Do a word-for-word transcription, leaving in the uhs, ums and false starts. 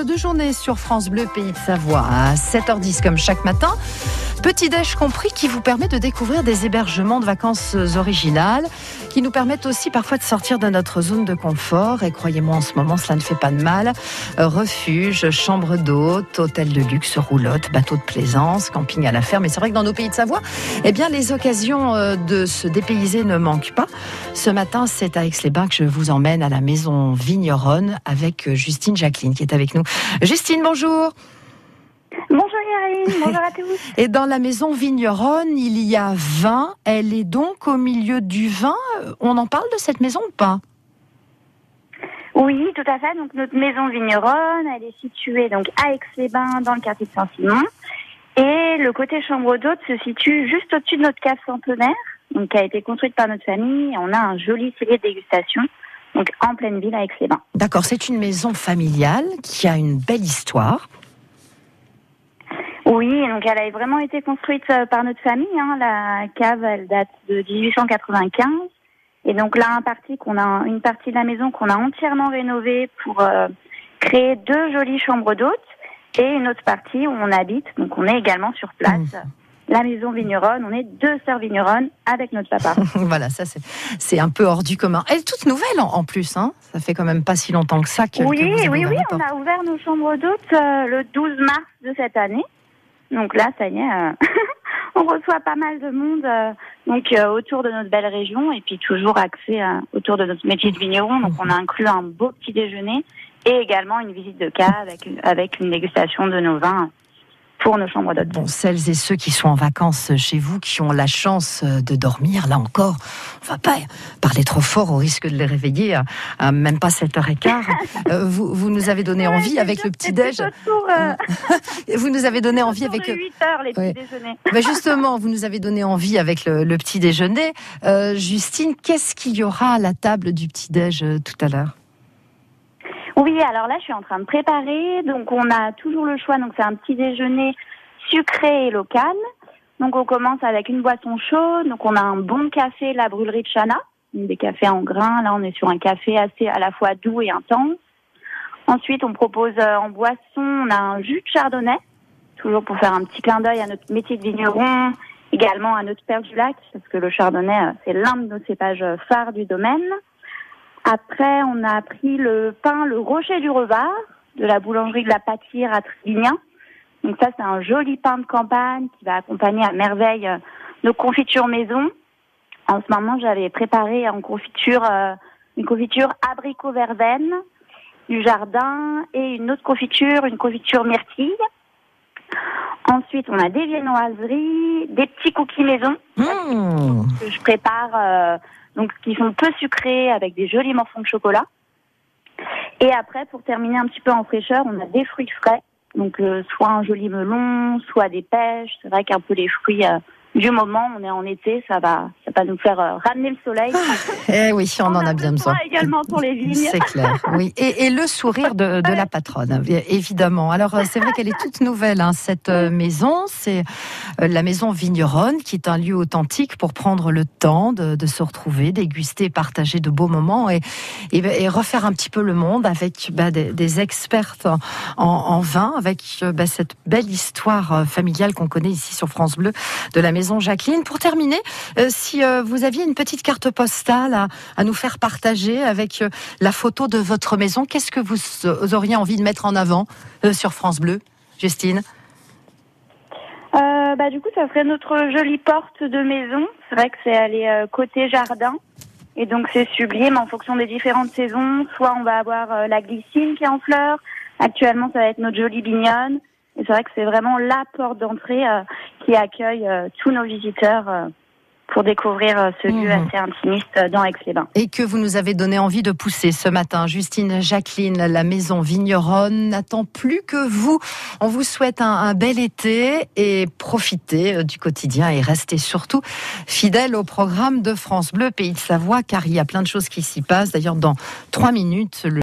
de journée sur France Bleu Pays de Savoie à sept heures dix comme chaque matin. Petit déj compris qui vous permet de découvrir des hébergements de vacances originales qui nous permettent aussi parfois de sortir de notre zone de confort. Et croyez-moi, en ce moment, cela ne fait pas de mal. Refuge, chambre d'hôte, hôtel de luxe, roulotte, bateau de plaisance, camping à la ferme. Et c'est vrai que dans nos pays de Savoie, eh bien, les occasions de se dépayser ne manquent pas. Ce matin, c'est à Aix-les-Bains que je vous emmène à la maison Vigneronne avec Justine Jacqueline qui est avec nous. Justine, bonjour. Bonjour Yarine, bonjour à tous. Et dans la maison Vigneronne, il y a vin. Elle est donc au milieu du vin. On en parle de cette maison ou pas ? Oui, tout à fait. Donc notre maison Vigneronne, elle est située donc à Aix-les-Bains, dans le quartier de Saint-Simon. Et le côté chambre d'hôte se situe juste au-dessus de notre cave centenaire, donc qui a été construite par notre famille. On a un joli cellier de dégustation, donc en pleine ville à Aix-les-Bains. D'accord, c'est une maison familiale qui a une belle histoire. Oui, donc elle a vraiment été construite par notre famille. Hein. La cave, elle date de dix-huit cent quatre-vingt-quinze. Et donc là, un parti qu'on a, une partie de la maison qu'on a entièrement rénovée pour euh, créer deux jolies chambres d'hôtes et une autre partie où on habite. Donc on est également sur place. Mmh. La maison Vigneronne, on est deux sœurs Vigneronnes avec notre papa. Voilà, ça c'est, c'est un peu hors du commun. Elle est toute nouvelle en, en plus, hein. Ça fait quand même pas si longtemps que ça que, oui, que vous avez oui, oui, oui, on a ouvert nos chambres d'hôtes euh, le douze mars de cette année. Donc là, ça y est, euh, on reçoit pas mal de monde euh, donc euh, autour de notre belle région et puis toujours axé euh, autour de notre métier de vigneron. Donc on a inclus un beau petit déjeuner et également une visite de cave avec, avec une dégustation de nos vins pour nos chambres d'hôtes. Bon, celles et ceux qui sont en vacances chez vous, qui ont la chance de dormir, là encore, on va pas parler trop fort au risque de les réveiller à, à même pas sept heures quinze. euh, vous, vous nous avez donné envie ouais, avec le petit-déj. Euh... vous nous avez donné envie avec... huit heures les petits ouais. déjeuners. Ben justement, vous nous avez donné envie avec le, le petit déjeuner. Euh, Justine, qu'est-ce qu'il y aura à la table du petit-déj euh, tout à l'heure ? Oui, alors là, je suis en train de préparer. Donc, on a toujours le choix. Donc, c'est un petit déjeuner sucré et local. Donc, on commence avec une boisson chaude. Donc, on a un bon café, la brûlerie de Chana. Des cafés en grains. Là, on est sur un café assez à la fois doux et intense. Ensuite, on propose euh, en boisson, on a un jus de chardonnay. Toujours pour faire un petit clin d'œil à notre métier de vigneron. Également à notre perle du lac. Parce que le chardonnay, euh, c'est l'un de nos cépages phares du domaine. Après, on a pris le pain, le Rocher du Revard, de la boulangerie de la Pâtire à Trévignan. Donc ça, c'est un joli pain de campagne qui va accompagner à merveille nos confitures maison. En ce moment, j'avais préparé en confiture, euh, une confiture abricot verveine du jardin et une autre confiture, une confiture myrtille. Ensuite, on a des viennoiseries, des petits cookies maison mmh. que je prépare... Euh, donc qui sont peu sucrés avec des jolis morceaux de chocolat. Et après, pour terminer un petit peu en fraîcheur, on a des fruits frais, donc euh, soit un joli melon, soit des pêches. C'est vrai qu'un peu les fruits euh, du moment, on est en été, ça va, ça va nous faire euh, ramener le soleil. Eh oui, on, on en a, a bien besoin. Également pour les vignes. C'est clair, oui. Et, et le sourire de, de la patronne, évidemment. Alors c'est vrai qu'elle est toute nouvelle, hein, cette euh, maison. C'est euh, la maison Vigneronne, qui est un lieu authentique pour prendre le temps de, de se retrouver, déguster, partager de beaux moments et, et, et refaire un petit peu le monde avec bah, des, des expertes en, en vin, avec bah, cette belle histoire familiale qu'on connaît ici sur France Bleu de la maison Jacqueline. Pour terminer, euh, si euh, vous aviez une petite carte postale à, à nous faire partager avec euh, la photo de votre maison, qu'est-ce que vous, vous auriez envie de mettre en avant euh, sur France Bleu, Justine ? euh, bah, Du coup, ça serait notre jolie porte de maison. C'est vrai que c'est elle est euh, côté jardin. Et donc, c'est sublime en fonction des différentes saisons. Soit on va avoir euh, la glycine qui est en fleurs. Actuellement, ça va être notre jolie bignonne. Et c'est vrai que c'est vraiment la porte d'entrée euh, qui accueille euh, tous nos visiteurs euh, pour découvrir euh, ce lieu mmh. assez intimiste euh, dans Aix-les-Bains. Et que vous nous avez donné envie de pousser ce matin. Justine Jacqueline, la maison Vigneronne n'attend plus que vous. On vous souhaite un, un bel été et profitez euh, du quotidien et restez surtout fidèles au programme de France Bleu Pays de Savoie car il y a plein de choses qui s'y passent. D'ailleurs, dans trois minutes, le